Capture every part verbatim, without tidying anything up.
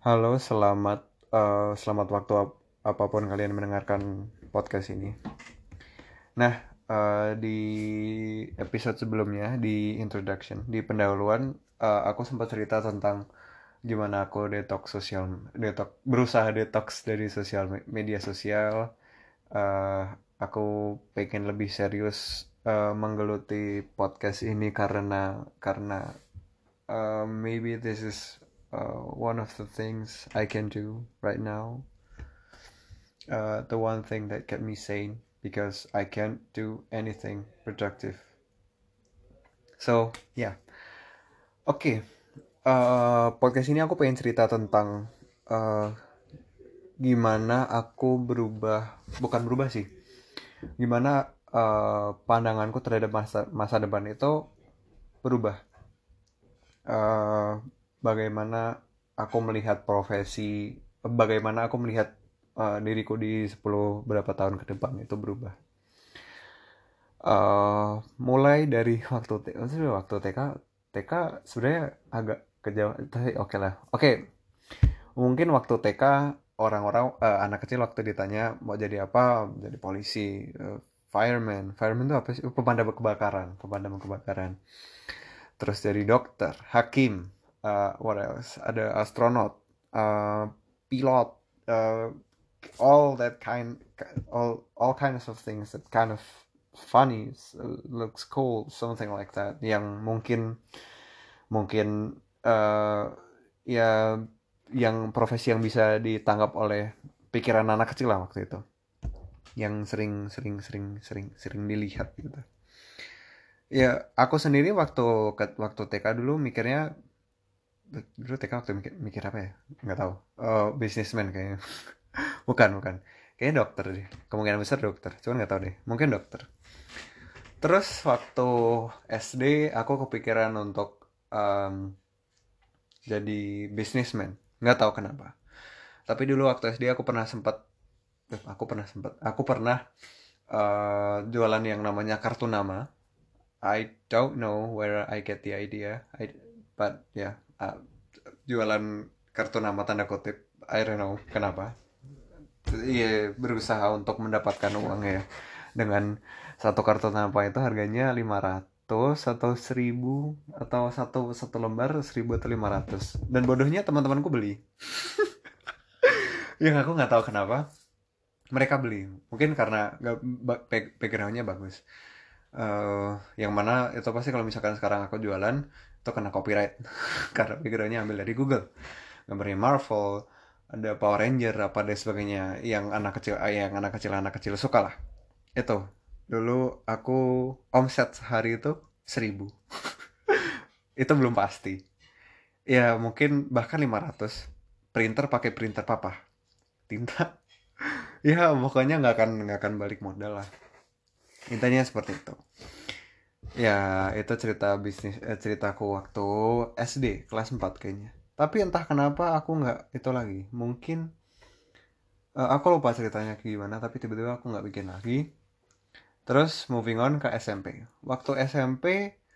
Halo, selamat eh, selamat waktu ap- apapun kalian mendengarkan podcast ini. Nah, eh, di episode sebelumnya di introduction, di pendahuluan, eh, aku sempat cerita tentang gimana aku detox sosial, detox berusaha detox dari sosial me- media sosial. Eh, aku pengen lebih serius eh, menggeluti podcast ini karena karena uh, maybe this is uh, one of the things I can do right now. Uh, the one thing that kept me sane because I can't do anything productive. So yeah, oke. Okay. Uh, podcast ini aku pengen cerita tentang uh, gimana aku berubah, bukan berubah sih. Gimana uh, pandanganku terhadap masa masa depan itu berubah. Uh, bagaimana aku melihat profesi, bagaimana aku melihat uh, diriku di sepuluh berapa tahun ke depan itu berubah. Eh, mulai dari waktu T- maksudnya waktu T K T K sebenarnya agak kejauh tapi oke lah. Oke, mungkin waktu T K orang-orang eh, anak kecil waktu ditanya mau jadi apa, jadi polisi, eh, fireman. Fireman itu apa sih? Oh, pemadam kebakaran, pemadam kebakaran. Terus jadi dokter, hakim, eh, what else? Ada astronot, eh, pilot, eh, all that kind all all kinds of things that kind of funny, uh, looks cool, something like that, yang mungkin mungkin uh, ya yang profesi yang bisa ditanggap oleh pikiran anak kecil lah waktu itu, yang sering sering sering sering sering dilihat gitu. Ya aku sendiri waktu waktu T K dulu mikirnya, dulu T K waktu mikir, mikir apa ya, nggak tahu. Oh, businessman kayaknya. Bukan, bukan. Kayaknya dokter deh. Kemungkinan besar dokter. Cuman nggak tahu deh. Mungkin dokter. Terus waktu S D aku kepikiran untuk um, jadi businessman. Nggak tahu kenapa. Tapi dulu waktu S D aku pernah sempat, eh, aku pernah sempat, aku pernah uh, jualan yang namanya kartu nama. I don't know where I get the idea. I, but ya, yeah, uh, jualan kartu nama tanda kutip. I don't know kenapa. Iya, berusaha untuk mendapatkan uang ya. Dengan satu kartu tanpa itu harganya lima ratus atau seribu, atau satu satu lembar seribu atau lima ratus. Dan bodohnya teman-temanku beli. Yang aku nggak tahu kenapa mereka beli. Mungkin karena nggak ba- back- backgroundnya bagus. Eh, yang mana itu pasti kalau misalkan sekarang aku jualan itu kena copyright karena backgroundnya ambil dari Google. Gambarnya Marvel, ada Power Ranger apa dan sebagainya, yang anak kecil eh, yang anak kecil anak kecil suka lah. Itu dulu aku omset sehari itu seribu. Itu belum pasti. Ya mungkin bahkan lima ratus. Printer pakai printer papa. Tinta. Ya pokoknya nggak akan nggak akan balik modal lah. Intinya seperti itu. Ya itu cerita bisnis, eh, ceritaku waktu S D kelas empat kayaknya. Tapi entah kenapa aku nggak itu lagi. Mungkin eh, aku lupa ceritanya kayak gimana. Tapi tiba-tiba aku nggak bikin lagi. Terus moving on ke S M P. Waktu S M P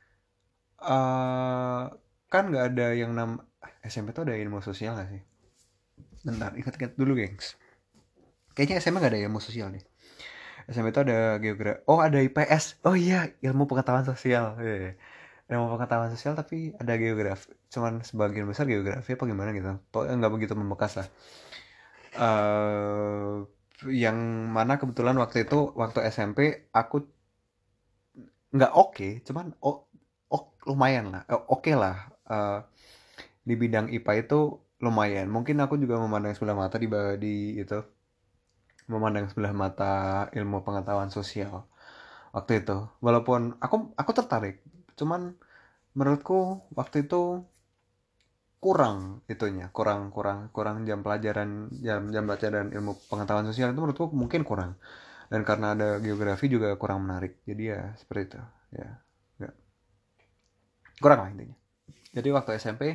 eh kan nggak ada yang nam S M P tuh ada ilmu sosial nggak sih? Bentar, ingat-ingat dulu gengs. Kayaknya S M P nggak ada ilmu sosial deh. S M P itu ada geografi. Oh ada I P S. Oh iya, ilmu pengetahuan sosial. Iya, iya. Ilmu pengetahuan sosial tapi ada geografi. Cuman sebagian besar geografi apa gimana gitu. Pokoknya nggak begitu membekas lah. eh yang mana kebetulan waktu itu waktu S M P aku nggak oke, okay, cuman oh, oh lumayan lah, eh, oke okay lah. Eh, di bidang I P A itu lumayan. Mungkin aku juga memandang sebelah mata di di itu, memandang sebelah mata ilmu pengetahuan sosial waktu itu. Walaupun aku aku tertarik, cuman menurutku waktu itu kurang itunya, kurang kurang kurang jam pelajaran, jam jam pelajaran ilmu pengetahuan sosial itu menurutku mungkin kurang. Dan karena ada geografi juga kurang menarik. Jadi ya seperti itu. Ya, nggak kurang lah intinya. Jadi waktu S M P,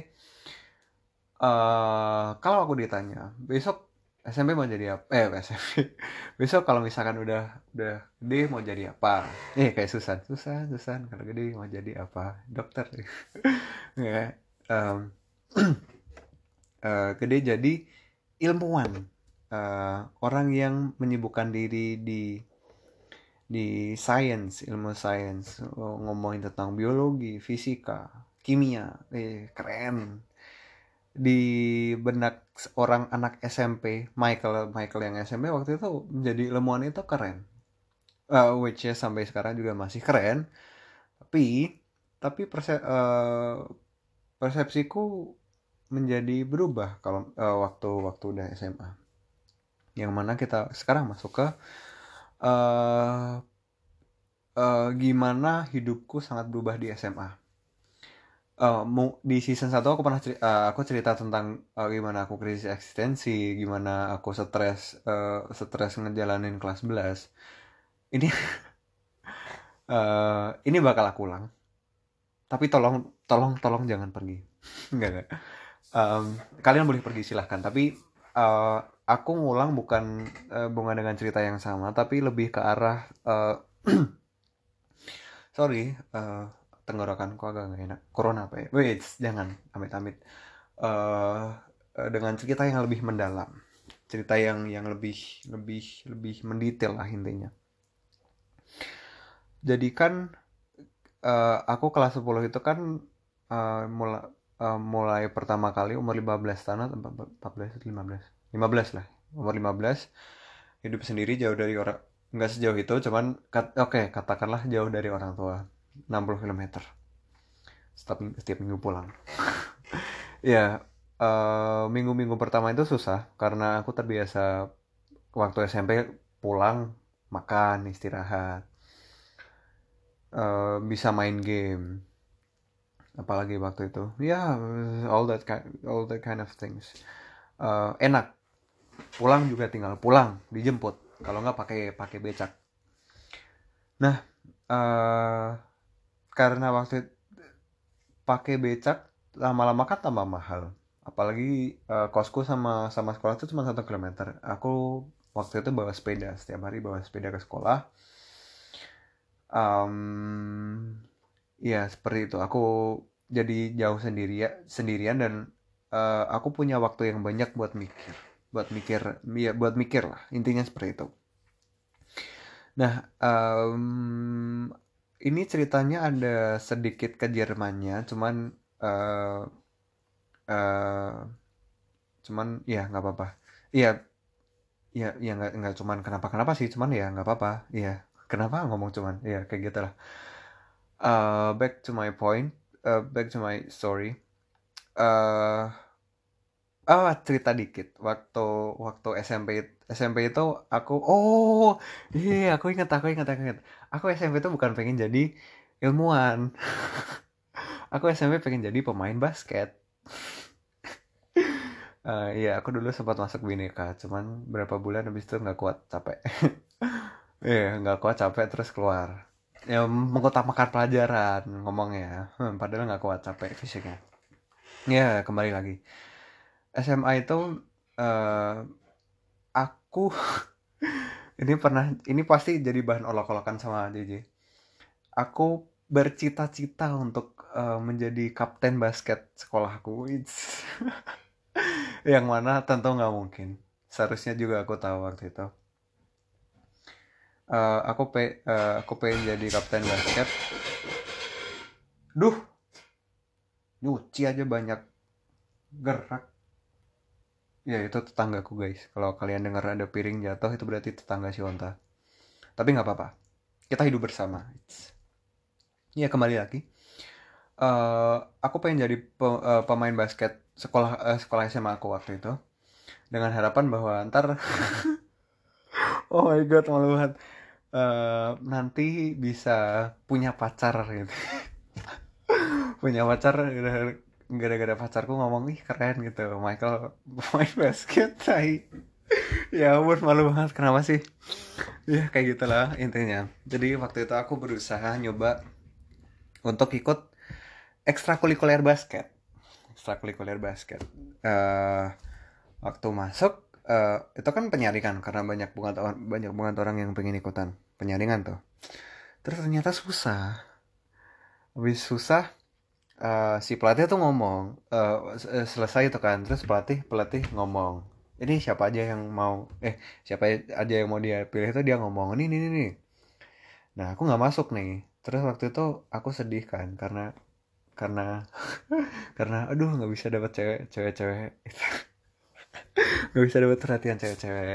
eh kalau aku ditanya besok S M P mau jadi apa, eh S M P besok kalau misalkan udah udah gede mau jadi apa, eh kayak Susan Susan Susan kalau gede mau jadi apa, dokter. Ya, em, uh, gede jadi ilmuwan, uh, orang yang menyibukkan diri di di science, ilmu science, ngomongin tentang biologi, fisika, kimia, eh keren. Di benak orang anak S M P, Michael Michael yang S M P waktu itu menjadi ilmuwan itu keren. Uh, which is sampai sekarang juga masih keren. Tapi tapi perse uh, persepsiku menjadi berubah kalau uh, waktu waktu udah S M A. Yang mana kita sekarang masuk ke uh, uh, gimana hidupku sangat berubah di S M A. Uh, di season satu aku pernah cerita, uh, aku cerita tentang uh, gimana aku krisis eksistensi, gimana aku stres uh, stres ngejalanin kelas sebelas. Ini uh, ini bakal aku ulang. Tapi tolong tolong tolong jangan pergi. Enggak enggak. Um, kalian boleh pergi silahkan. Tapi uh, aku ngulang bukan uh, bukan dengan cerita yang sama, tapi lebih ke arah uh, sorry, uh, tenggorokanku agak nggak enak. Corona apa ya? Wait, jangan, amit-amit. Uh, uh, dengan cerita yang lebih mendalam, cerita yang yang lebih lebih lebih mendetail lah intinya. Jadi kan uh, aku kelas sepuluh itu kan uh, mulai uh, mulai pertama kali umur lima belas tahun atau empat belas lima belas lima belas lah. Umur lima belas hidup sendiri jauh dari orang, nggak sejauh itu, cuman kat, oke okay, katakanlah jauh dari orang tua enam puluh kilometer setiap, setiap minggu pulang. Ya, uh, minggu-minggu pertama itu susah karena aku terbiasa waktu S M P pulang makan istirahat, uh, bisa main game, apalagi waktu itu ya yeah, all that kind, all that kind of things. Uh, enak, pulang juga tinggal pulang dijemput, kalau nggak pakai pakai becak. Nah, uh, karena waktu pakai becak lama-lama kan tambah mahal, apalagi uh, kosku sama sama sekolah itu cuma satu kilometer. Aku waktu itu bawa sepeda, setiap hari bawa sepeda ke sekolah. um, ya seperti itu, aku jadi jauh sendiri ya sendirian dan uh, aku punya waktu yang banyak buat mikir buat mikir ya buat mikir lah, intinya seperti itu. Nah, um, ini ceritanya ada sedikit ke Jermannya, cuman uh, uh, cuman ya nggak apa-apa. Iya, ya ya nggak nggak cuman kenapa kenapa sih, cuman ya nggak apa-apa. Iya, kenapa ngomong cuman? Iya kayak gitu lah. Uh, back to my point, uh, back to my story. Uh, ah cerita dikit. Waktu waktu S M P S M P itu aku oh iya aku ingat aku ingat aku ingat. Aku S M P itu bukan pengen jadi ilmuwan. Aku S M P pengen jadi pemain basket. Uh, iya, aku dulu sempat masuk Bineka, cuman berapa bulan habis itu nggak kuat, capek. Iya, yeah, nggak kuat, capek, terus keluar. Ya, mengutamakan pelajaran, ngomongnya. Hmm, padahal nggak kuat, capek fisiknya. Ya, yeah, kembali lagi. S M A itu, uh, aku, ini pernah, ini pasti jadi bahan olok-olokan sama J J. Aku bercita-cita untuk uh, menjadi kapten basket sekolahku. It's yang mana tentu nggak mungkin. Seharusnya juga aku tahu waktu itu. Uh, aku pe uh, aku pengen jadi kapten basket. Duh, nyuci aja banyak gerak. Ya itu tetanggaku guys. Kalau kalian dengar ada piring jatuh itu berarti tetangga si Onta. Tapi nggak apa-apa. Kita hidup bersama. Ya kembali lagi. Uh, aku pengen jadi pe uh, pemain basket sekolah uh, sekolah S M A aku waktu itu. Dengan harapan bahwa ntar oh my god malu banget. Uh, nanti bisa punya pacar gitu. Punya pacar gara-gara pacarku ngomong ih keren gitu Michael main basket tai. Ya ampun malu banget, kenapa sih ya kayak gitulah intinya. Jadi waktu itu aku berusaha nyoba untuk ikut ekstrakurikuler basket ekstrakurikuler basket uh, waktu masuk uh, itu kan penyaringan karena banyak banget banyak banget orang yang pengen ikutan penyaringan tuh. Terus ternyata susah, habis susah eh, si pelatih tuh ngomong eh, se- selesai itu kan, terus pelatih pelatih ngomong, ini siapa aja yang mau eh siapa aja yang mau dia pilih, itu dia ngomong ini ini ini. Nah aku nggak masuk nih. Terus waktu itu aku sedih kan, karena karena karena aduh nggak bisa dapat cewek cewek cewek nggak bisa dapat perhatian cewek-cewek.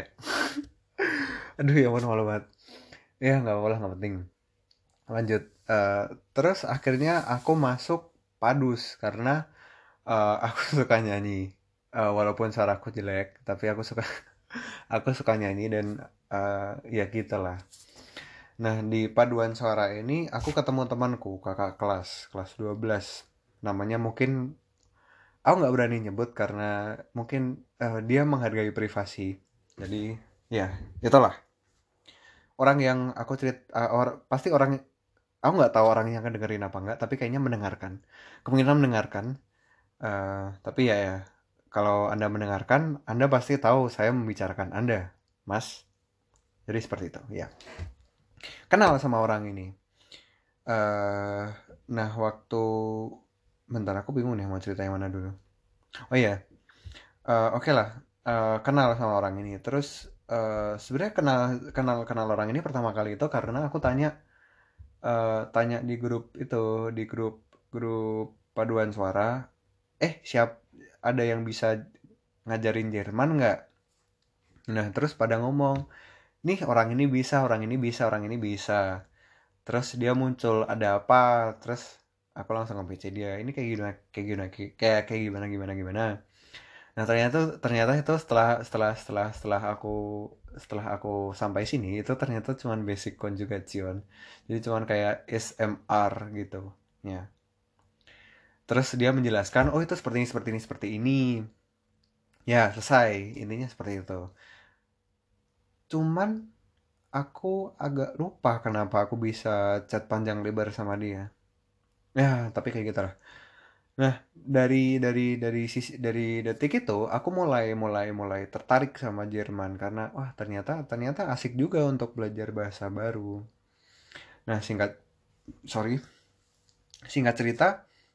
Aduh ya ampun, malu banget. Ya nggak apa-apa lah, nggak penting. Lanjut. Eh, terus akhirnya aku masuk Padus karena eh, aku suka nyanyi. Eh, walaupun suaraku jelek, tapi aku suka aku suka nyanyi dan eh, ya gitu lah. Nah, di paduan suara ini aku ketemu temanku, kakak kelas, kelas dua belas. Namanya mungkin aku nggak berani nyebut karena mungkin eh, dia menghargai privasi. Jadi ya itulah orang yang aku cerit eh, or- pasti orang, aku nggak tahu orangnya akan dengerin apa nggak, tapi kayaknya mendengarkan, kemungkinan mendengarkan. Eh, tapi ya, ya kalau anda mendengarkan, anda pasti tahu saya membicarakan anda, mas. Jadi seperti itu ya. Kenal sama orang ini. eh nah waktu bentar, aku bingung nih mau cerita yang mana dulu. Oh iya. Eh, oke lah. Eh, kenal sama orang ini, terus eh, sebenarnya kenal kenal kenal orang ini pertama kali itu karena aku tanya eh, tanya di grup itu, di grup grup paduan suara, eh siap ada yang bisa ngajarin Jerman nggak? Nah terus pada ngomong, nih orang ini bisa, orang ini bisa, orang ini bisa. Terus dia muncul, ada apa? Terus aku langsung nge-P C dia, ini kayak gimana, kayak gimana, kayak kayak gimana gimana gimana. Nah ternyata ternyata itu setelah setelah setelah setelah aku setelah aku sampai sini, itu ternyata cuman basic conjugation. Jadi cuman kayak S M R gitu. Ya. Terus dia menjelaskan, oh itu seperti ini, seperti ini, seperti ini. Ya, selesai. Intinya seperti itu. Cuman aku agak lupa kenapa aku bisa chat panjang lebar sama dia. Ya, tapi kayak gitu lah. Nah, dari dari dari sisi dari detik itu aku mulai mulai mulai tertarik sama Jerman karena wah ternyata ternyata asik juga untuk belajar bahasa baru. Nah, singkat sorry, singkat cerita,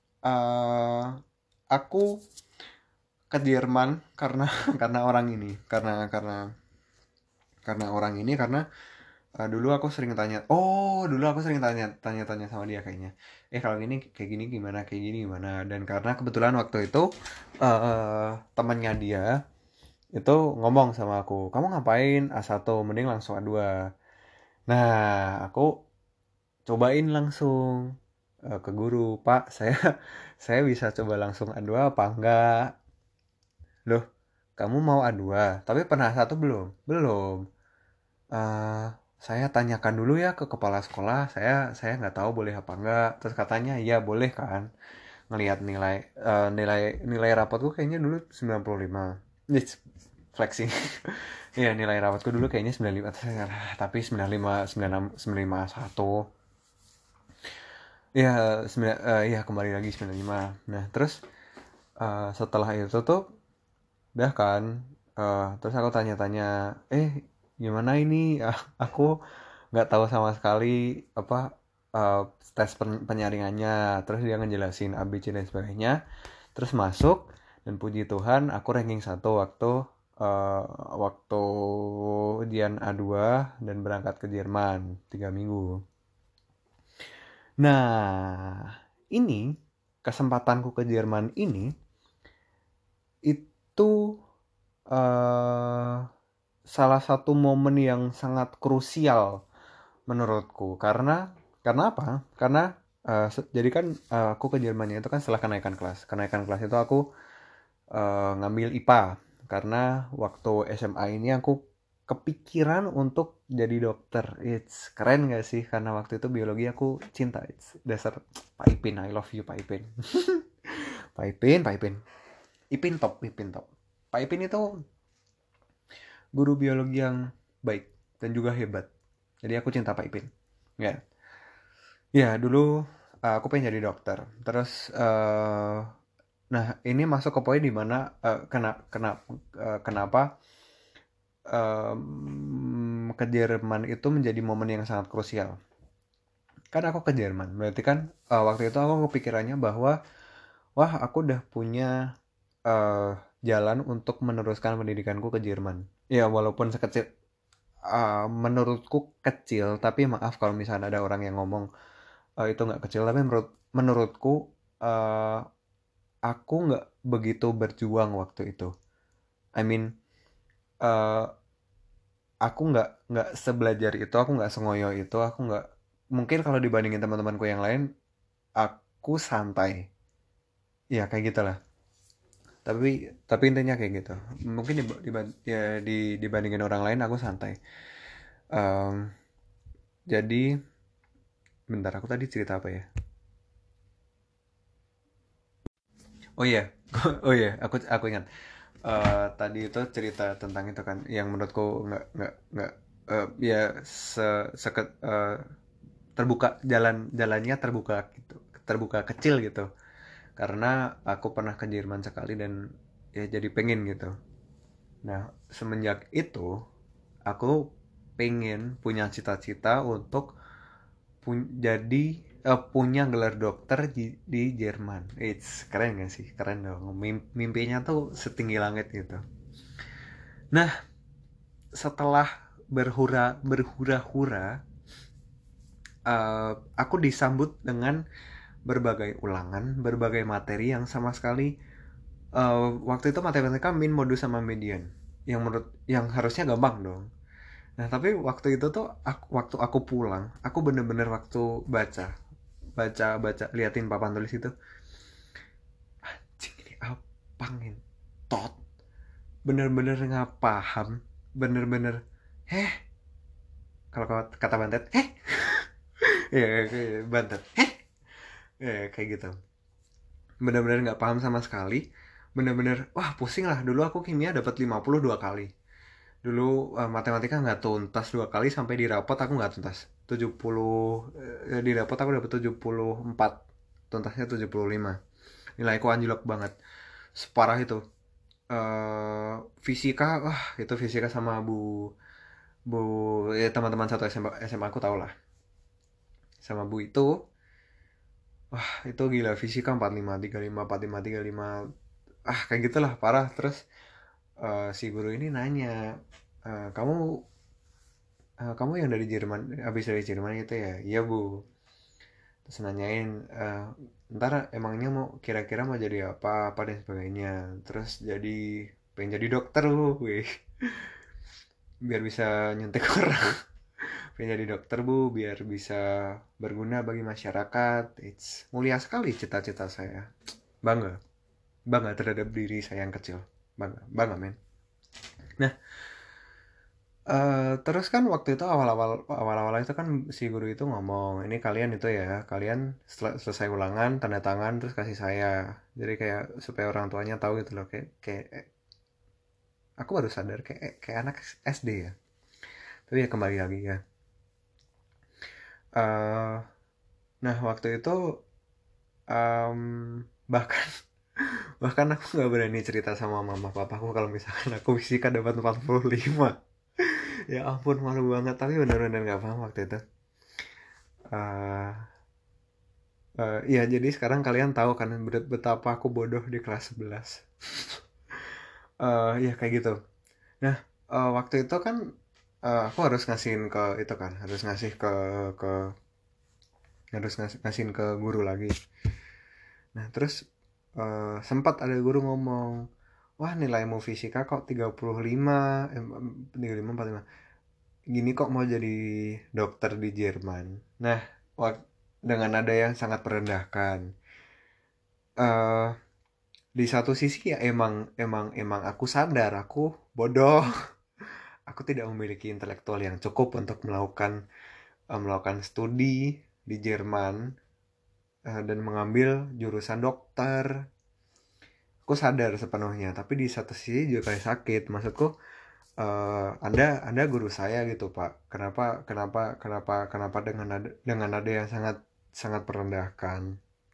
eh aku ke Jerman karena karena orang ini, karena karena karena orang ini karena eh, dulu aku sering tanya, oh dulu aku sering tanya tanya tanya sama dia kayaknya, eh kalau gini kayak gini gimana, kayak gini gimana, dan karena kebetulan waktu itu eh temannya dia itu ngomong sama aku, kamu ngapain A satu, mending langsung A dua. Nah aku cobain langsung eh, ke guru, Pak saya saya bisa coba langsung A dua apa enggak. Loh, kamu mau A dua tapi pernah A satu belum? Belum. Eh, saya tanyakan dulu ya ke kepala sekolah, saya saya nggak tahu boleh apa enggak. Terus katanya iya boleh kan, ngelihat nilai eh, nilai nilai rapotku kayaknya dulu sembilan puluh lima. Nih, flexing. Iya, nilai rapotku dulu kayaknya sembilan puluh lima, tapi sembilan puluh lima, sembilan puluh enam, sembilan puluh lima satu. Iya, sembilan eh, iya kembali lagi sembilan puluh lima. Nah, terus eh, setelah itu tuh udah kan, eh, terus aku tanya-tanya, eh gimana ini? Ah, aku nggak tahu sama sekali apa eh, tes pen- penyaringannya. Terus dia ngejelasin A B C dan sebagainya. Terus masuk, dan puji Tuhan aku ranking satu waktu eh, waktu ujian A dua dan berangkat ke Jerman tiga minggu. Nah, ini kesempatanku ke Jerman ini itu eh, salah satu momen yang sangat krusial menurutku, karena karena apa? Karena eh, se- jadi kan eh, aku ke Jermannya itu kan setelah kenaikan kelas. Kenaikan kelas itu aku eh, ngambil I P A karena waktu S M A ini aku kepikiran untuk jadi dokter. It's keren gak sih? Karena waktu itu biologi aku cinta. It's dasar Pak Ipin, I love you Pak Ipin. Pak Ipin, Pak Ipin. Ipin top, Ipin top. Pak Ipin itu guru biologi yang baik dan juga hebat. Jadi aku cinta Pak Ipin. Ya, ya dulu uh, aku pengen jadi dokter. Terus, uh, nah ini masuk ke poin dimana uh, kena, kena, uh, kenapa um, ke Jerman itu menjadi momen yang sangat krusial. Kan aku ke Jerman, berarti kan uh, waktu itu aku kepikirannya bahwa wah aku udah punya eh, jalan untuk meneruskan pendidikanku ke Jerman. Ya walaupun sekecil eh, menurutku kecil, tapi maaf kalau misalnya ada orang yang ngomong eh, itu nggak kecil, tapi menurut menurutku eh, aku nggak begitu berjuang waktu itu. I mean, eh, aku nggak nggak sebelajar itu, aku nggak sengoyo itu, aku nggak, mungkin kalau dibandingin teman-temanku yang lain, aku santai. Ya kayak gitulah. Tapi tapi intinya kayak gitu. Mungkin di, di, ya, di dibandingin orang lain aku santai. Em, jadi bentar, aku tadi cerita apa ya? Oh iya, oh iya, aku aku ingat. Eh, tadi itu cerita tentang itu kan, yang menurutku nggak nggak nggak eh, ya se, seket, eh, terbuka, jalan jalannya terbuka gitu, terbuka kecil gitu. Karena aku pernah ke Jerman sekali dan ya jadi pengen gitu. Nah semenjak itu aku pengen punya cita-cita untuk pun- jadi eh, punya gelar dokter di, di Jerman. It's keren gak sih? Keren dong. Mim- mimpinya tuh setinggi langit gitu. Nah, setelah berhura berhura-hura, eh, aku disambut dengan berbagai ulangan, berbagai materi yang sama sekali eh, waktu itu matematika min, modus sama median. Yang menurut yang harusnya gampang dong. Nah, tapi waktu itu tuh aku, waktu aku pulang, aku bener-bener waktu baca, baca, baca, liatin papan tulis itu, cing ini apa ngentot, bener-bener nggak paham, bener-bener, heh, kalau kata Bantet, heh, ya kayak Bantet, heh, ya kayak gitu, bener-bener nggak paham sama sekali, bener-bener, wah pusing lah, dulu aku kimia dapat lima puluh dua kali, dulu uh, matematika nggak tuntas dua kali, sampai di rapot aku nggak tuntas, tujuh puluh, eh, di rapot aku dapat tujuh puluh empat, tuntasnya tujuh puluh lima, nilaiku anjlok banget, separah itu. Eh, fisika, wah itu fisika sama bu bu ya teman-teman satu S M A, S M A aku tau lah, sama bu itu, wah itu gila, fisika empat lima tiga lima empat lima tiga lima, ah kayak gitulah parah. Terus eh, si guru ini nanya, "Eh, kamu eh, kamu yang dari Jerman, habis dari Jerman gitu ya?" "Iya bu." Terus nanyain, eh, "Ntar emangnya mau kira-kira mau jadi apa apa dan sebagainya." Terus jadi pengen jadi dokter bu, wih, biar bisa nyuntik orang. Pengen jadi dokter bu, biar bisa berguna bagi masyarakat. It's mulia sekali cita-cita saya. Bangga, bangga terhadap diri saya yang kecil. Bangga, bangga men. Nah, eh, terus kan waktu itu awal-awal awal-awal itu kan si guru itu ngomong, ini kalian itu ya, kalian sel- selesai ulangan, tanda tangan, terus kasih saya. Jadi kayak supaya orang tuanya tahu gitu loh, kayak kayak eh, aku baru sadar kayak kayak anak S D ya. Tapi ya kembali lagi ya. Eh, nah waktu itu em, bahkan bahkan aku nggak berani cerita sama mama papaku kalau misalkan aku fisika dapat empat puluh lima. Ya ampun malu banget, tapi benar-benar nggak paham waktu itu. Eh eh, iya jadi sekarang kalian tahu kan betapa aku bodoh di kelas sebelas. Eh ya kayak gitu. Nah, eh, waktu itu kan eh, aku harus ngasihin ke itu kan, harus ngasih ke ke harus ngasih, ngasihin ke guru lagi. Nah, terus eh, sempat ada guru ngomong, "Wah, nilaimu fisika kok tiga puluh lima, eh, tiga puluh lima, empat puluh lima. Gini kok mau jadi dokter di Jerman." Nah, wak- dengan nada yang sangat merendahkan. Eh, di satu sisi ya emang emang emang aku sadar aku bodoh. Aku tidak memiliki intelektual yang cukup untuk melakukan eh, melakukan studi di Jerman eh, dan mengambil jurusan dokter. Aku sadar sepenuhnya, tapi di satu sisi juga kayak sakit. Maksudku, eh, anda anda guru saya gitu pak, kenapa kenapa kenapa kenapa dengan nada, dengan nada yang sangat sangat merendahkan.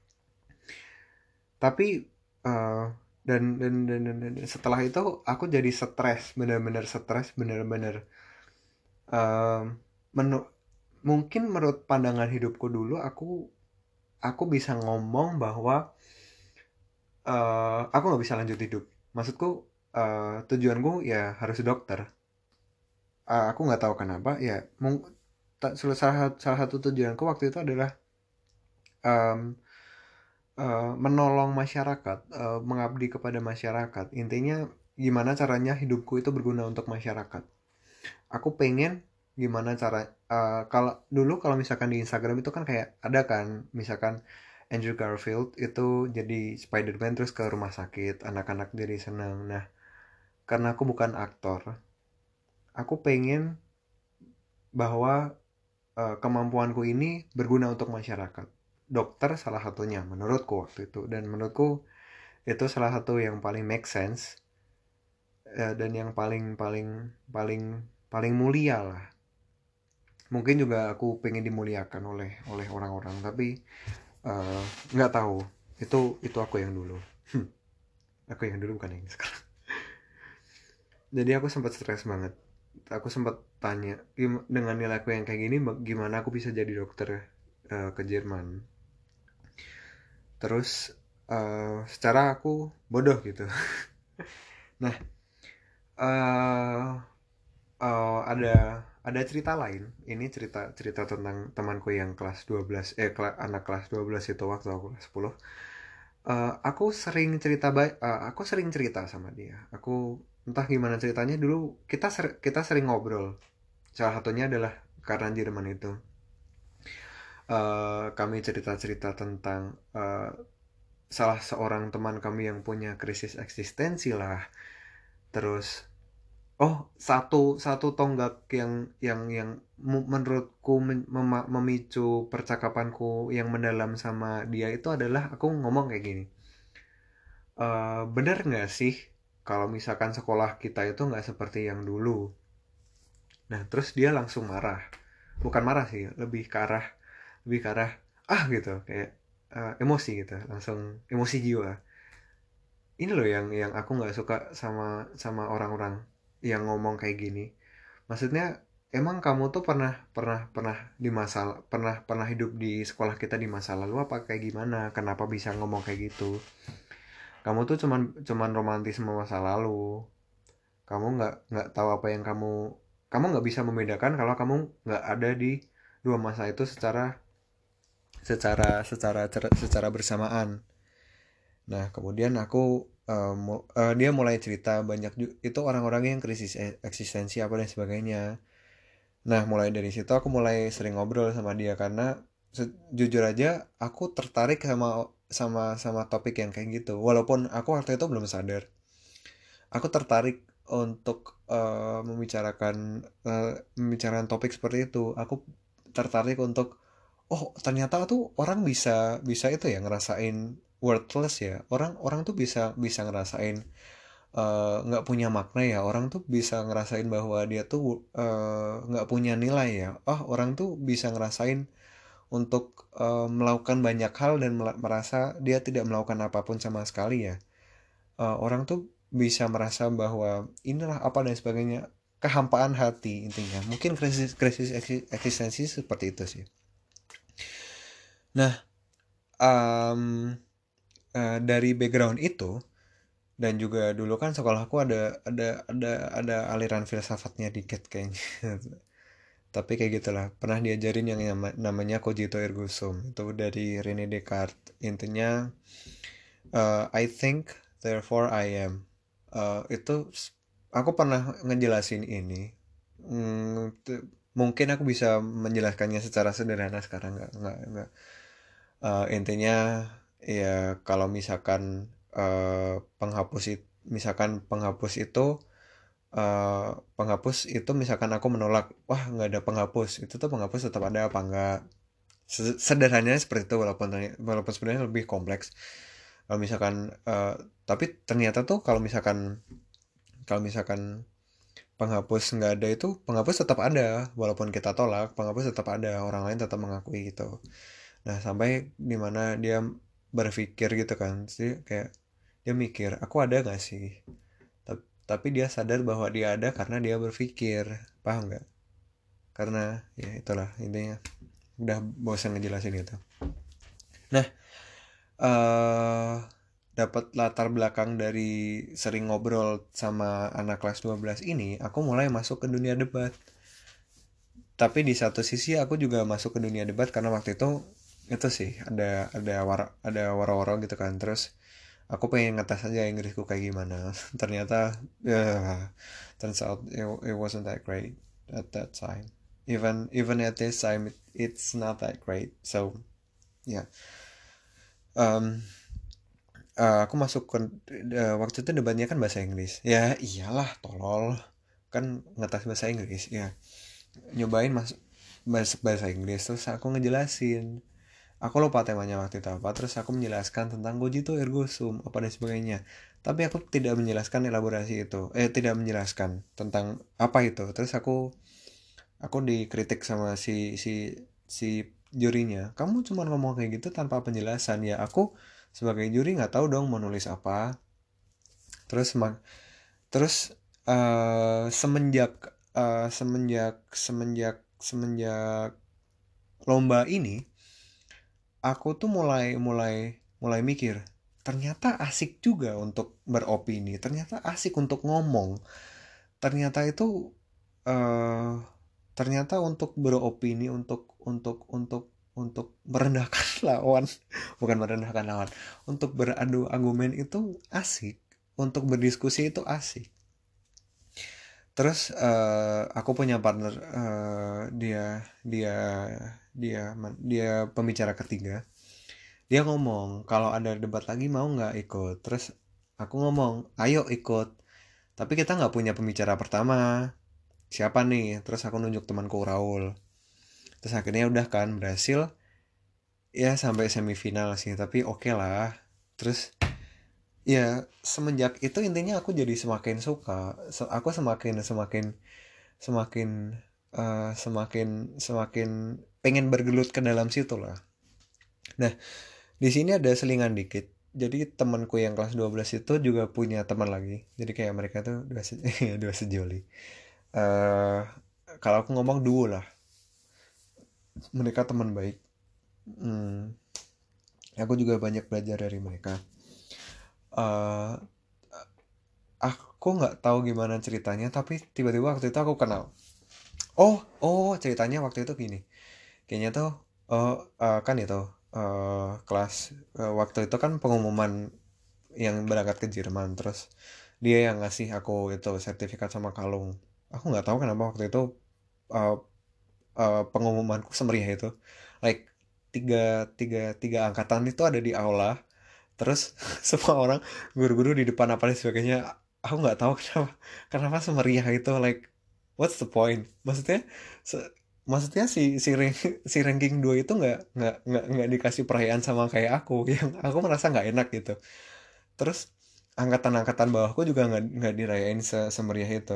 Tapi eh, dan, dan, dan, dan, dan setelah itu aku jadi stres, bener-bener stres, bener-bener em, menu- mungkin menurut pandangan hidupku dulu, aku aku bisa ngomong bahwa uh, aku nggak bisa lanjut hidup. Maksudku, uh, tujuanku ya harus dokter. Uh, aku nggak tahu kenapa ya. Mung, ta- salah, salah satu tujuanku waktu itu adalah um, uh, menolong masyarakat, uh, mengabdi kepada masyarakat. Intinya gimana caranya hidupku itu berguna untuk masyarakat. Aku pengen gimana cara, uh, kalau dulu kalau misalkan di Instagram itu kan kayak ada kan, misalkan Andrew Garfield itu jadi Spider-Man terus ke rumah sakit, anak-anak jadi senang. Nah, karena aku bukan aktor, aku pengen bahwa uh, kemampuanku ini berguna untuk masyarakat. Dokter salah satunya menurutku waktu itu, dan menurutku itu salah satu yang paling make sense, uh, dan yang paling paling paling paling mulia lah. Mungkin juga aku pengen dimuliakan oleh oleh orang-orang, tapi eh, nggak uh, tahu. Itu itu aku yang dulu. Aku yang dulu bukan yang sekarang. Jadi aku sempat stres banget. Aku sempat tanya, dengan nilai aku yang kayak gini gimana aku bisa jadi dokter uh, ke Jerman. Terus uh, secara aku bodoh gitu. Nah, uh, uh, ada ada cerita lain. Ini cerita cerita tentang temanku yang kelas dua belas, eh kela- anak kelas dua belas itu waktu aku kelas sepuluh. Eh, aku sering cerita ba- eh, aku sering cerita sama dia. Aku entah gimana ceritanya, dulu kita ser- kita sering ngobrol. Salah satunya adalah karena Jerman itu. Eh, kami cerita-cerita tentang eh, salah seorang teman kami yang punya krisis eksistensi lah. Terus oh, satu satu tonggak yang yang yang mu- menurutku men- mema- memicu percakapanku yang mendalam sama dia itu adalah aku ngomong kayak gini. Eh, bener nggak sih kalau misalkan sekolah kita itu nggak seperti yang dulu? Nah, terus dia langsung marah. Bukan marah sih, lebih ke arah, lebih ke arah, ah gitu, kayak eh, emosi gitu, langsung emosi jiwa. Ini loh yang yang aku nggak suka sama sama orang-orang yang ngomong kayak gini. Maksudnya, emang kamu tuh pernah pernah pernah di masa pernah pernah hidup di sekolah kita di masa lalu apa kayak gimana? Kenapa bisa ngomong kayak gitu? Kamu tuh cuman cuman romantis sama masa lalu. Kamu nggak nggak tahu apa yang kamu kamu nggak bisa membedakan kalau kamu nggak ada di dua masa itu secara secara secara secara bersamaan. Nah, kemudian aku uh, mu- uh, dia mulai cerita banyak ju- itu orang-orang yang krisis e- eksistensi apa dan sebagainya. Nah, mulai dari situ aku mulai sering ngobrol sama dia karena se- jujur aja aku tertarik sama sama sama topik yang kayak gitu. Walaupun aku waktu itu belum sadar. Aku tertarik untuk eh, membicarakan eh, membicarakan topik seperti itu. Aku tertarik untuk, oh ternyata tuh orang bisa bisa itu ya ngerasain worthless ya. Orang orang tuh bisa bisa ngerasain eh, nggak uh, punya makna ya. Orang tuh bisa ngerasain bahwa dia tuh eh, nggak uh, punya nilai ya. Oh, orang tuh bisa ngerasain untuk uh, melakukan banyak hal dan merasa dia tidak melakukan apapun sama sekali ya. Uh, orang tuh bisa merasa bahwa inilah apa dan sebagainya, kehampaan hati intinya, mungkin krisis krisis eksistensi seperti itu sih. Nah, um, uh, dari background itu, dan juga dulu kan sekolahku ada ada ada ada aliran filsafatnya dikit kayaknya. Tapi kayak gitulah, pernah diajarin yang nama- namanya cogito ergo sum, itu dari Rene Descartes. Intinya, uh, I think therefore I am. Uh, itu aku pernah ngejelasin ini. Hmm, t- mungkin aku bisa menjelaskannya secara sederhana sekarang, nggak nggak nggak. Uh, intinya ya kalau misalkan uh, penghapus itu misalkan penghapus itu uh, penghapus itu misalkan aku menolak, wah nggak ada penghapus, itu tuh penghapus tetap ada apa enggak? Sederhananya seperti itu, walaupun walaupun sebenarnya lebih kompleks. Kalau misalkan uh, tapi ternyata tuh kalau misalkan kalau misalkan penghapus nggak ada, itu penghapus tetap ada, walaupun kita tolak penghapus tetap ada, orang lain tetap mengakui gitu. Nah, sampai dimana dia berpikir gitu kan sih, kayak dia mikir aku ada gak sih. Ta- tapi dia sadar bahwa dia ada karena dia berpikir. Paham nggak? Karena ya itulah intinya, udah bosan ngejelasin gitu. Nah, eh dapat latar belakang dari sering ngobrol sama anak kelas dua belas ini, aku mulai masuk ke dunia debat. Tapi di satu sisi aku juga masuk ke dunia debat karena waktu itu itu sih ada ada war ada waro-waro gitu kan. Terus aku pengen ngetes aja Inggrisku kayak gimana. Ternyata ya turns out it, it wasn't that great at that time. Even even at this time it, it's not that great. So yeah. Um, eh, aku masuk ke eh, waktu itu debatnya kan bahasa Inggris. Ya iyalah tolol. Kan ngetes bahasa Inggris ya. Nyobain masuk bahasa bahasa Inggris terus aku ngejelasin. Aku lupa temanya waktu itu apa. Terus aku menjelaskan tentang Gojito ergo sum apa dan sebagainya. Tapi aku tidak menjelaskan elaborasi itu. Eh tidak menjelaskan tentang apa itu. Terus aku aku dikritik sama si si si jurinya. Kamu cuma ngomong kayak gitu tanpa penjelasan. Ya aku sebagai juri nggak tahu dong mau nulis apa. Terus mak terus eh, semenjak eh, semenjak semenjak semenjak lomba ini aku tuh mulai mulai mulai mikir ternyata asik juga untuk beropini, ternyata asik untuk ngomong, ternyata itu eh ternyata untuk beropini, untuk untuk untuk untuk merendahkan lawan, bukan merendahkan lawan, untuk beradu argumen itu asik, untuk berdiskusi itu asik. Terus eh, aku punya partner, eh, dia dia dia dia pembicara ketiga. Dia ngomong kalau ada debat lagi mau nggak ikut. Terus aku ngomong ayo ikut. Tapi kita nggak punya pembicara pertama. Siapa nih? Terus aku nunjuk temanku Raul. Terus akhirnya udah kan berhasil ya sampai semifinal sih. Tapi oke okay lah. Terus ya semenjak itu intinya aku jadi semakin suka. Se- aku semakin semakin semakin eh, semakin semakin pengen bergelut ke dalam situ lah. Nah, di sini ada selingan dikit. Jadi temanku yang kelas dua belas itu juga punya teman lagi. Jadi kayak mereka tuh dua, se dua sejoli. Eh kalau aku ngomong duo lah. Mereka teman baik. Hmm, aku juga banyak belajar dari mereka. Eh aku nggak tahu gimana ceritanya, tapi tiba-tiba waktu itu aku kenal. Oh, oh ceritanya waktu itu gini. Kayaknya tuh, oh eh, kan itu eh, kelas eh, waktu itu kan pengumuman yang berangkat ke Jerman, terus dia yang ngasih aku itu sertifikat sama kalung. Aku nggak tahu kenapa waktu itu uh, uh, pengumumanku semeriah itu, like tiga tiga tiga angkatan itu ada di aula, terus semua orang guru-guru di depan apa dan sebagainya. Aku nggak tahu kenapa kenapa semeriah itu, like what's the point, maksudnya se- maksudnya si si rank, si ranking dua itu nggak nggak nggak nggak dikasih perayaan sama kayak aku yang aku merasa nggak enak gitu. Terus angkatan-angkatan bawahku juga nggak nggak dirayain se- semeriah itu.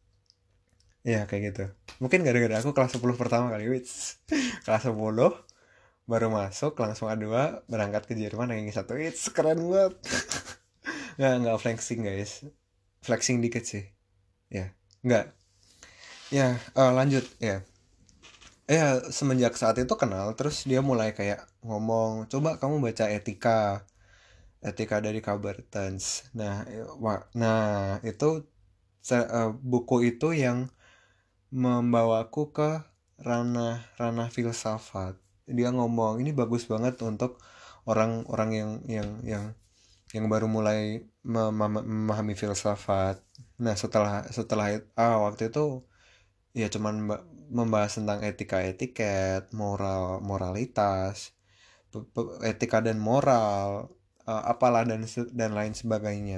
Ya kayak gitu. Mungkin gara-gara aku kelas sepuluh pertama kali, wits. Kelas sepuluh baru masuk langsung A dua berangkat ke Jerman ranking satu. It's keren banget. Nggak nggak flexing guys. Flexing dikit sih. Ya. Nggak. Ya, eh, lanjut ya. Ya, semenjak saat itu kenal, terus dia mulai kayak ngomong, coba kamu baca etika, etika dari Kabartens. Nah, eh, wah, nah itu se- eh, buku itu yang membawaku ke ranah ranah filsafat. Dia ngomong ini bagus banget untuk orang-orang yang yang yang yang baru mulai mem- memahami filsafat. Nah setelah setelah it- ah waktu itu ya cuman mba- membahas tentang etika etiket, moral moralitas, pe- pe- etika dan moral, eh, apalah dan se- dan lain sebagainya.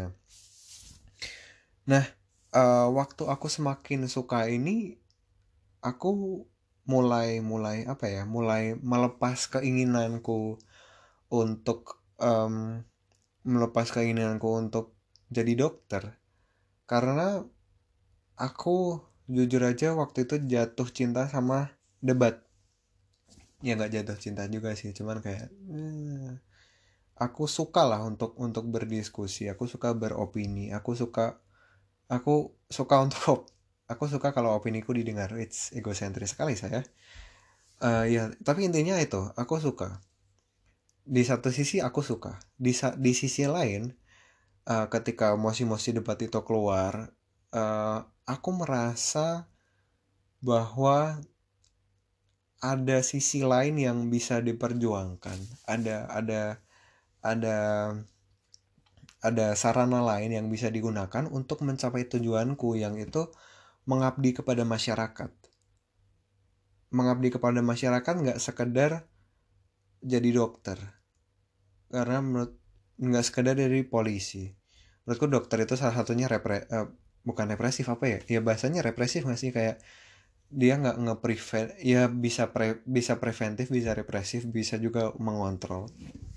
Nah, eh, waktu aku semakin suka ini aku mulai mulai apa ya mulai melepas keinginanku untuk em, melepas keinginanku untuk jadi dokter karena aku jujur aja waktu itu jatuh cinta sama debat. Ya nggak jatuh cinta juga sih, cuman kayak eh, aku suka lah untuk untuk berdiskusi, aku suka beropini, aku suka aku suka untuk aku suka kalau opiniku didengar. It's egosentris sekali saya. Eh ya, tapi intinya itu, aku suka. di satu sisi aku suka, di sa- di sisi lain, eh, ketika emosi-emosi debat itu keluar, eh, aku merasa bahwa ada sisi lain yang bisa diperjuangkan, ada ada ada ada sarana lain yang bisa digunakan untuk mencapai tujuanku, yang itu mengabdi kepada masyarakat. Mengabdi kepada masyarakat nggak sekedar jadi dokter, karena menurut nggak sekedar dari polisi. Menurutku dokter itu salah satunya repre, eh, bukan represif, apa ya? Ya bahasanya represif nggak sih, kayak dia nggak nge-prevent, ya bisa pre, bisa preventif, bisa represif, bisa juga mengontrol.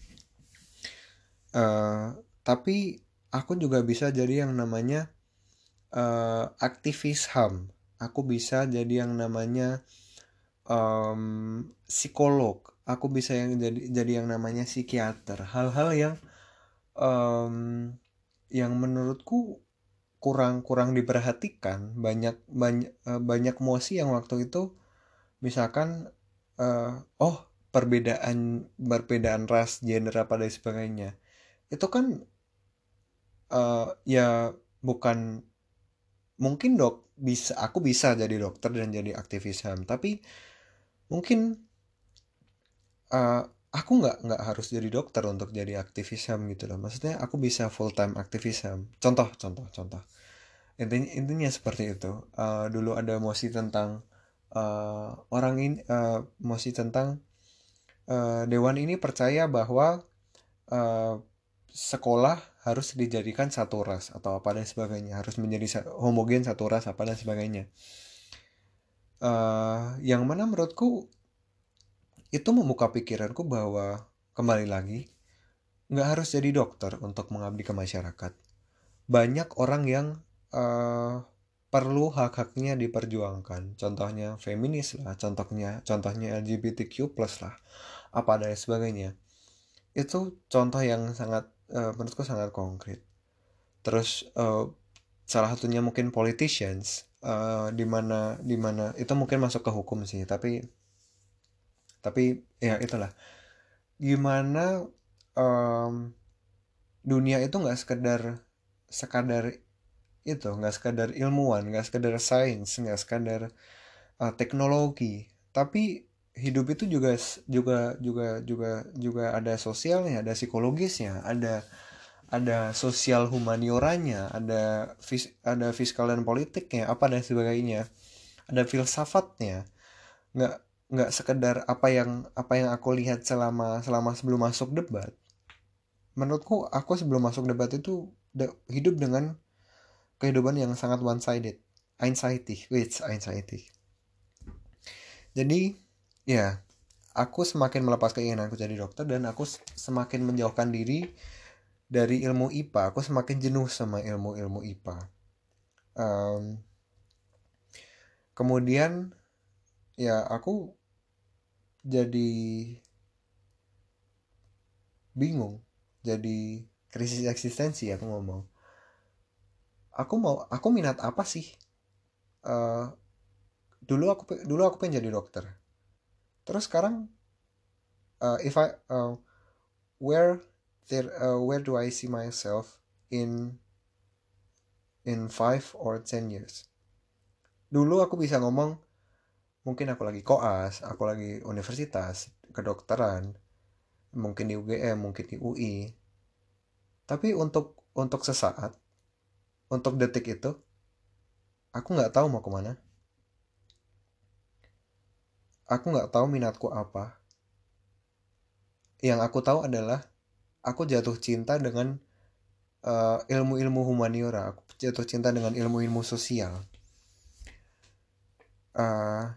Eh, tapi aku juga bisa jadi yang namanya eh, aktivis H A M. Aku bisa jadi yang namanya em, psikolog. Aku bisa yang jadi jadi yang namanya psikiater. Hal-hal yang em, yang menurutku kurang kurang diperhatikan. Banyak banyak eh, banyak emosi yang waktu itu, misalkan eh, oh, perbedaan perbedaan ras, gender, apa dan sebagainya. Itu kan eh, ya bukan, mungkin dok bisa aku bisa jadi dokter dan jadi aktivis H A M, tapi mungkin eh, aku nggak nggak harus jadi dokter untuk jadi aktivis H A M gitu loh. Maksudnya aku bisa full time aktivis H A M. Contoh contoh contoh. Intinya intinya seperti itu. Eh, dulu ada mosi tentang eh, orang ini, eh, mosi tentang eh, dewan ini percaya bahwa eh, sekolah harus dijadikan satu ras atau apa dan sebagainya, harus menjadi homogen satu ras apa dan sebagainya. Eh, yang mana menurutku itu membuka pikiranku bahwa, kembali lagi, nggak harus jadi dokter untuk mengabdi ke masyarakat. Banyak orang yang eh, perlu hak-haknya diperjuangkan. Contohnya feminis lah, contohnya contohnya L G B T Q plus lah, apa dan sebagainya. Itu contoh yang sangat eh, menurutku sangat konkret. Terus eh, salah satunya mungkin politicians, eh, di mana di mana itu mungkin masuk ke hukum sih, tapi tapi ya itulah, gimana em, dunia itu nggak sekedar sekadar itu, nggak sekadar ilmuwan, nggak sekadar sains, nggak sekadar uh, teknologi, tapi hidup itu juga juga juga juga juga ada sosialnya, ada psikologisnya, ada ada sosial humanioranya, ada fis, ada fiskal dan politiknya, apa dan sebagainya, ada filsafatnya. nggak nggak sekedar apa yang apa yang aku lihat selama selama sebelum masuk debat. Menurutku aku sebelum masuk debat itu de- hidup dengan kehidupan yang sangat one sided, anxiety, which anxiety. Jadi ya, aku semakin melepas keinginanku jadi dokter, dan aku semakin menjauhkan diri dari ilmu I P A. Aku semakin jenuh sama ilmu-ilmu I P A. Um, kemudian ya aku jadi bingung, jadi krisis eksistensi aku ngomong. Aku mau, aku minat apa sih? Eh, dulu aku dulu aku pengen jadi dokter. Terus sekarang, uh, if I uh, where there uh, where do I see myself in in five or ten years? Dulu aku bisa ngomong, mungkin aku lagi koas, aku lagi universitas kedokteran, mungkin di U G M, mungkin di U I. Tapi untuk untuk sesaat, untuk detik itu, aku nggak tahu mau kemana. Aku nggak tahu minatku apa. Yang aku tahu adalah aku jatuh cinta dengan uh, ilmu-ilmu humaniora. Aku jatuh cinta dengan ilmu-ilmu sosial. Uh,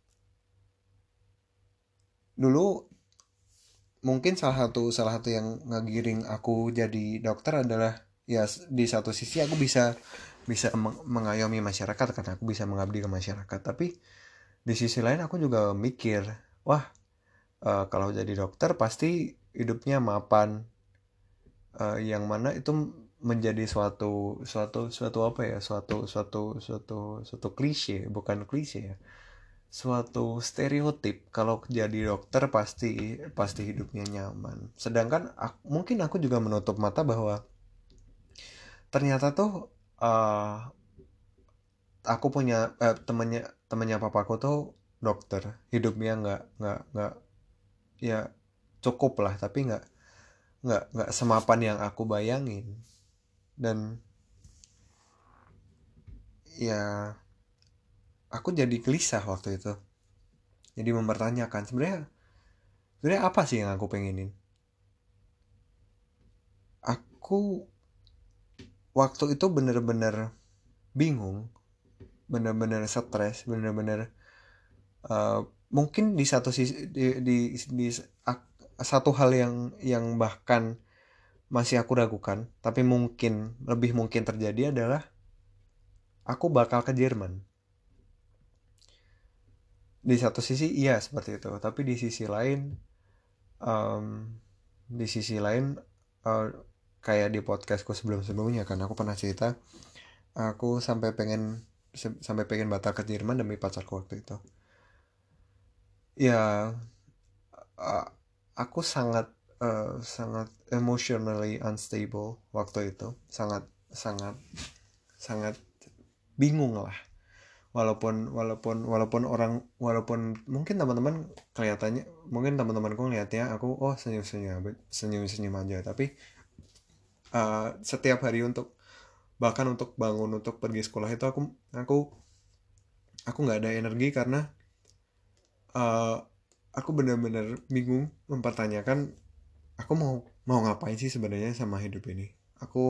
dulu mungkin salah satu salah satu yang ngegiring aku jadi dokter adalah, ya di satu sisi aku bisa bisa mengayomi masyarakat karena aku bisa mengabdi ke masyarakat, tapi di sisi lain aku juga mikir, wah, uh, kalau jadi dokter pasti hidupnya mapan, uh, yang mana itu menjadi suatu suatu suatu apa ya, suatu suatu suatu suatu klise, bukan klise ya, suatu stereotip kalau jadi dokter pasti pasti hidupnya nyaman. Sedangkan aku, mungkin aku juga menutup mata bahwa ternyata tuh eh, aku punya eh, temennya temennya papaku tuh dokter, hidupnya nggak nggak nggak ya cukup lah, tapi nggak nggak nggak semapan yang aku bayangin. Dan ya aku jadi gelisah waktu itu, jadi mempertanyakan sebenarnya sebenarnya apa sih yang aku pengenin. Aku waktu itu bener-bener bingung, bener-bener stres, bener-bener eh, mungkin di satu sisi di, di, di ak- satu hal yang yang bahkan masih aku ragukan, tapi mungkin lebih mungkin terjadi adalah aku bakal ke Jerman. Di satu sisi iya seperti itu, tapi di sisi lain em, di sisi lain eh, kayak di podcastku sebelum-sebelumnya kan aku pernah cerita aku sampai pengen sampai pengen batal ke Jerman demi pacarku waktu itu. Ya, uh, aku sangat uh, sangat emotionally unstable waktu itu, sangat sangat sangat bingung lah. Walaupun walaupun walaupun orang walaupun mungkin teman-teman kelihatannya mungkin teman-temanku ngeliatnya aku oh senyum-senyum senyum-senyum aja, tapi uh, setiap hari untuk bahkan untuk bangun untuk pergi sekolah itu aku aku aku nggak ada energi karena uh, aku benar-benar bingung mempertanyakan aku mau mau ngapain sih sebenarnya sama hidup ini. Aku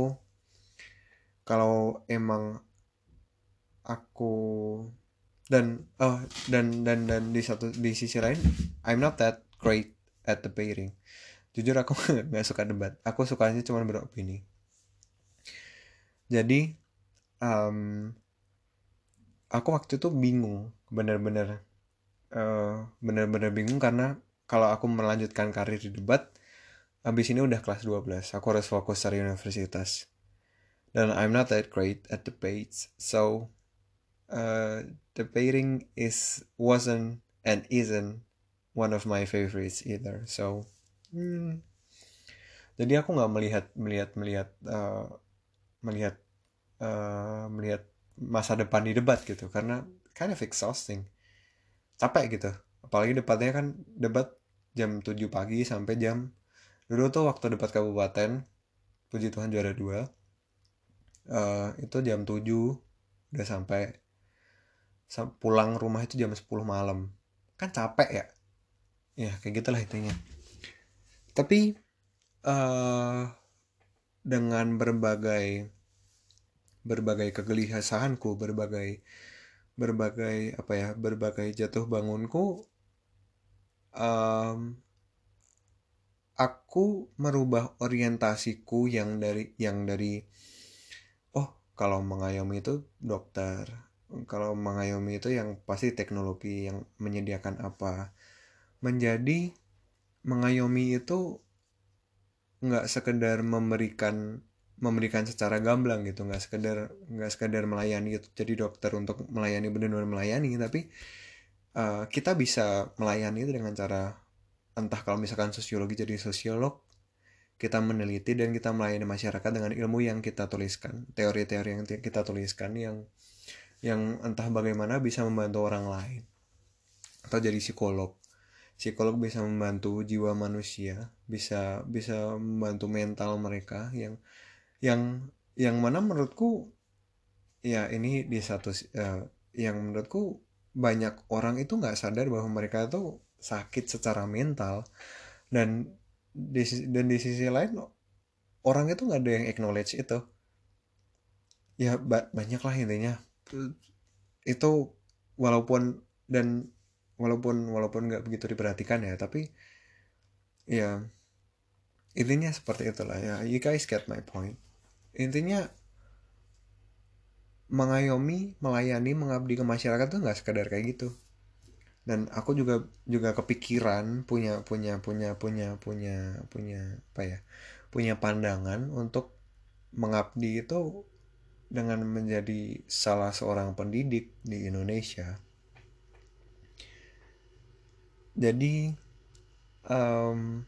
kalau emang aku dan oh dan dan dan di satu di sisi lain I'm not that great at debating. Jujur aku nggak suka debat. Aku sukanya cuma beropini. Jadi um, aku waktu itu bingung, benar-benar uh, benar-benar bingung karena kalau aku melanjutkan karir di debat, habis ini udah kelas dua belas. Aku harus fokus cari universitas. Dan I'm not that great at debates. So uh, debating is wasn't and isn't one of my favorites either. So hmm, jadi aku nggak melihat melihat melihat uh, melihat uh, melihat masa depan di debat gitu karena kind of exhausting, capek gitu. Apalagi debatnya kan debat jam tujuh pagi sampai jam dulu tuh waktu debat kabupaten puji Tuhan juara dua uh, itu jam tujuh udah sampai pulang rumah itu jam sepuluh malam, kan capek ya. Ya kayak gitulah intinya. Tapi uh, dengan berbagai berbagai kegelisahanku, berbagai berbagai apa ya, berbagai jatuh bangunku, um, aku merubah orientasiku yang dari yang dari oh kalau mengayomi itu dokter, kalau mengayomi itu yang pasti teknologi yang menyediakan apa, menjadi mengayomi itu nggak sekedar memberikan memberikan secara gamblang gitu, nggak sekedar nggak sekedar melayani gitu, jadi dokter untuk melayani benar-benar melayani, tapi uh, kita bisa melayani itu dengan cara entah kalau misalkan sosiologi jadi sosiolog, kita meneliti dan kita melayani masyarakat dengan ilmu yang kita tuliskan, teori-teori yang kita tuliskan yang yang entah bagaimana bisa membantu orang lain, atau jadi psikolog. Psikolog bisa membantu jiwa manusia, bisa bisa membantu mental mereka yang yang yang mana menurutku ya ini di satu uh, yang menurutku banyak orang itu nggak sadar bahwa mereka tuh sakit secara mental. Dan di dan di sisi lain orang itu nggak ada yang acknowledge itu. Ya ba- banyak lah intinya itu, walaupun dan walaupun walaupun nggak begitu diperhatikan ya, tapi ya intinya seperti itulah ya, you guys get my point. Intinya mengayomi, melayani, mengabdi ke masyarakat tuh nggak sekedar kayak gitu. Dan aku juga juga kepikiran punya punya punya punya punya punya apa ya, punya pandangan untuk mengabdi itu dengan menjadi salah seorang pendidik di Indonesia. Jadi um,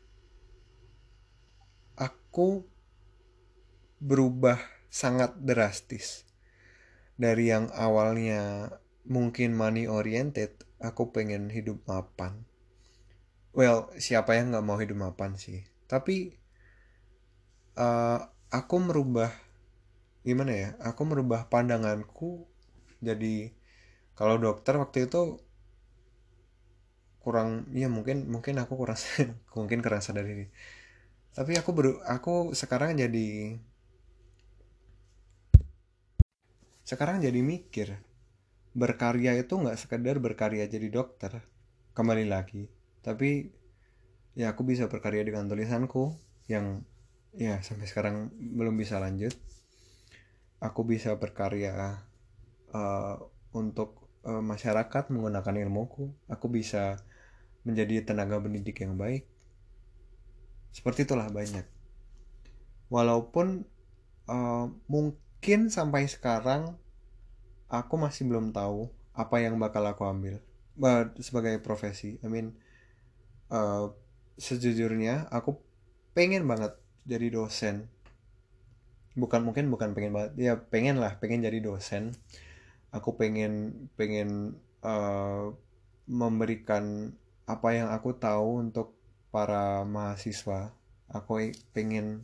aku berubah sangat drastis dari yang awalnya mungkin money oriented. Aku pengen hidup mapan. Well, siapa yang nggak mau hidup mapan sih? Tapi uh, aku merubah, gimana ya? Aku merubah pandanganku. Jadi kalau dokter waktu itu kurang, ya mungkin mungkin aku kurang mungkin kurang sadar diri. Tapi aku baru aku sekarang jadi sekarang jadi mikir, berkarya itu nggak sekedar berkarya jadi dokter, kembali lagi. Tapi ya aku bisa berkarya dengan tulisanku yang ya sampai sekarang belum bisa lanjut. Aku bisa berkarya uh, untuk uh, masyarakat menggunakan ilmuku. Aku bisa menjadi tenaga pendidik yang baik. Seperti itulah banyak. Walaupun uh, mungkin sampai sekarang aku masih belum tahu apa yang bakal aku ambil But, sebagai profesi. I mean, uh, sejujurnya aku pengen banget jadi dosen. Bukan mungkin bukan pengen banget, ya pengen lah, pengen jadi dosen. Aku pengen pengen uh, memberikan apa yang aku tahu untuk para mahasiswa. Aku pengen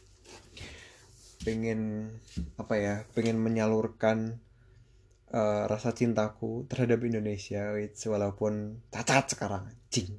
pengen apa ya pengen menyalurkan uh, rasa cintaku terhadap Indonesia, which walaupun cacat sekarang anjing,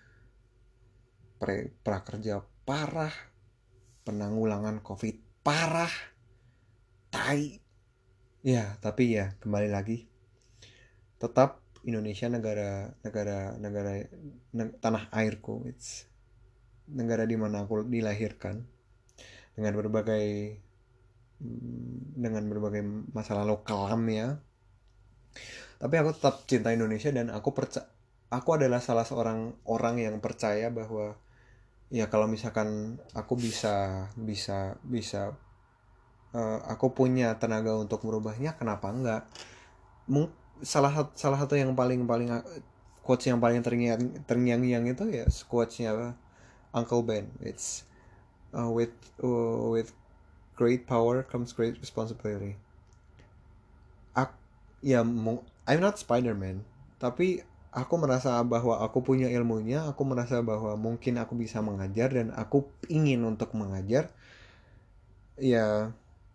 Pre, prakerja parah, penanggulangan covid parah, tai ya. Tapi ya kembali lagi, tetap Indonesia negara negara negara ne- tanah airku, it's negara di mana aku dilahirkan dengan berbagai dengan berbagai masalah lokal ya. Tapi aku tetap cinta Indonesia dan aku percaya aku adalah salah seorang orang yang percaya bahwa ya kalau misalkan aku bisa bisa bisa uh, aku punya tenaga untuk merubahnya, kenapa enggak. Mung, salah salah satu yang paling paling quotes yang paling terngiang terngiang-ngiang itu ya quotesnya Uncle Ben. It's uh, with uh, with great power comes great responsibility. Ak, ya I'm not Spider-Man, tapi aku merasa bahwa aku punya ilmunya, aku merasa bahwa mungkin aku bisa mengajar dan aku ingin untuk mengajar. Ya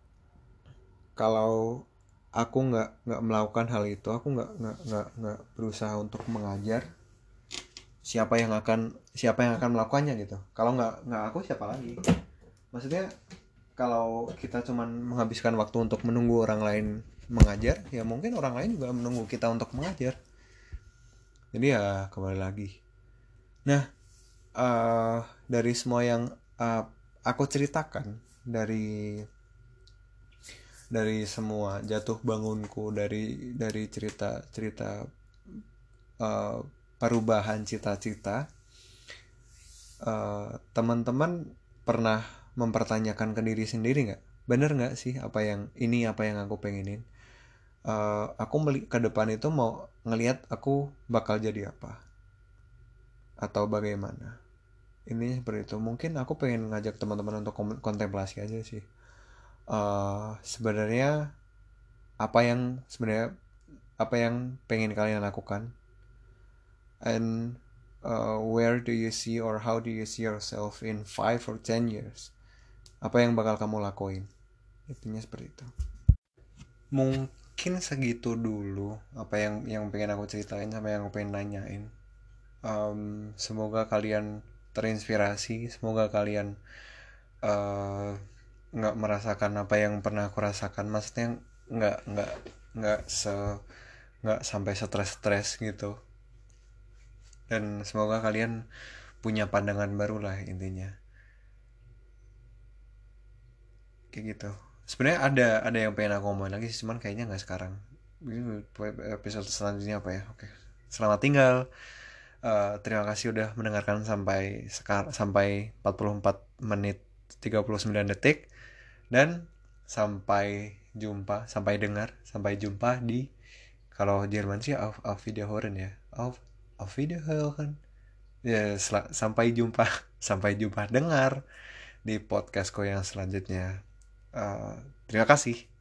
kalau aku nggak nggak melakukan hal itu, aku nggak nggak nggak nggak berusaha untuk mengajar, siapa yang akan siapa yang akan melakukannya gitu. Kalau nggak nggak aku, siapa lagi? Maksudnya kalau kita cuman menghabiskan waktu untuk menunggu orang lain mengajar, ya mungkin orang lain juga menunggu kita untuk mengajar. Jadi ya kembali lagi. Nah, uh, dari semua yang uh, aku ceritakan, dari dari semua jatuh bangunku, dari dari cerita cerita uh, perubahan cita-cita, uh, teman-teman pernah mempertanyakan ke diri sendiri nggak, bener nggak sih apa yang ini apa yang aku pengenin. Uh, aku meli- ke depan itu mau ngelihat aku bakal jadi apa atau bagaimana. Ini seperti itu. Mungkin aku pengen ngajak teman-teman untuk kontemplasi aja sih. Uh, sebenarnya apa yang sebenarnya apa yang pengen kalian lakukan, and uh, where do you see or how do you see yourself in five or ten years? Apa yang bakal kamu lakuin? Intinya seperti itu. Mungkin segitu dulu apa yang yang pengen aku ceritain sama yang aku pengen nanyain. Um, semoga kalian terinspirasi, semoga kalian uh, nggak merasakan apa yang pernah aku rasakan. Maksudnya nggak nggak nggak se nggak sampai stres-stres gitu. Dan semoga kalian punya pandangan baru lah intinya, kayak gitu. Sebenarnya ada ada yang pengen aku ngomongin lagi, cuman kayaknya nggak sekarang. Ini episode selanjutnya apa ya. Oke, selamat tinggal. Uh, terima kasih udah mendengarkan sampai sekar sampai empat puluh empat menit tiga puluh sembilan detik. Dan sampai jumpa, sampai dengar, sampai jumpa di, kalau Jerman sih auf, auf Wiederhören ya. Auf, auf Wiederhören. Ya, sel- sampai jumpa, sampai jumpa dengar di podcastku yang selanjutnya. Eh, terima kasih.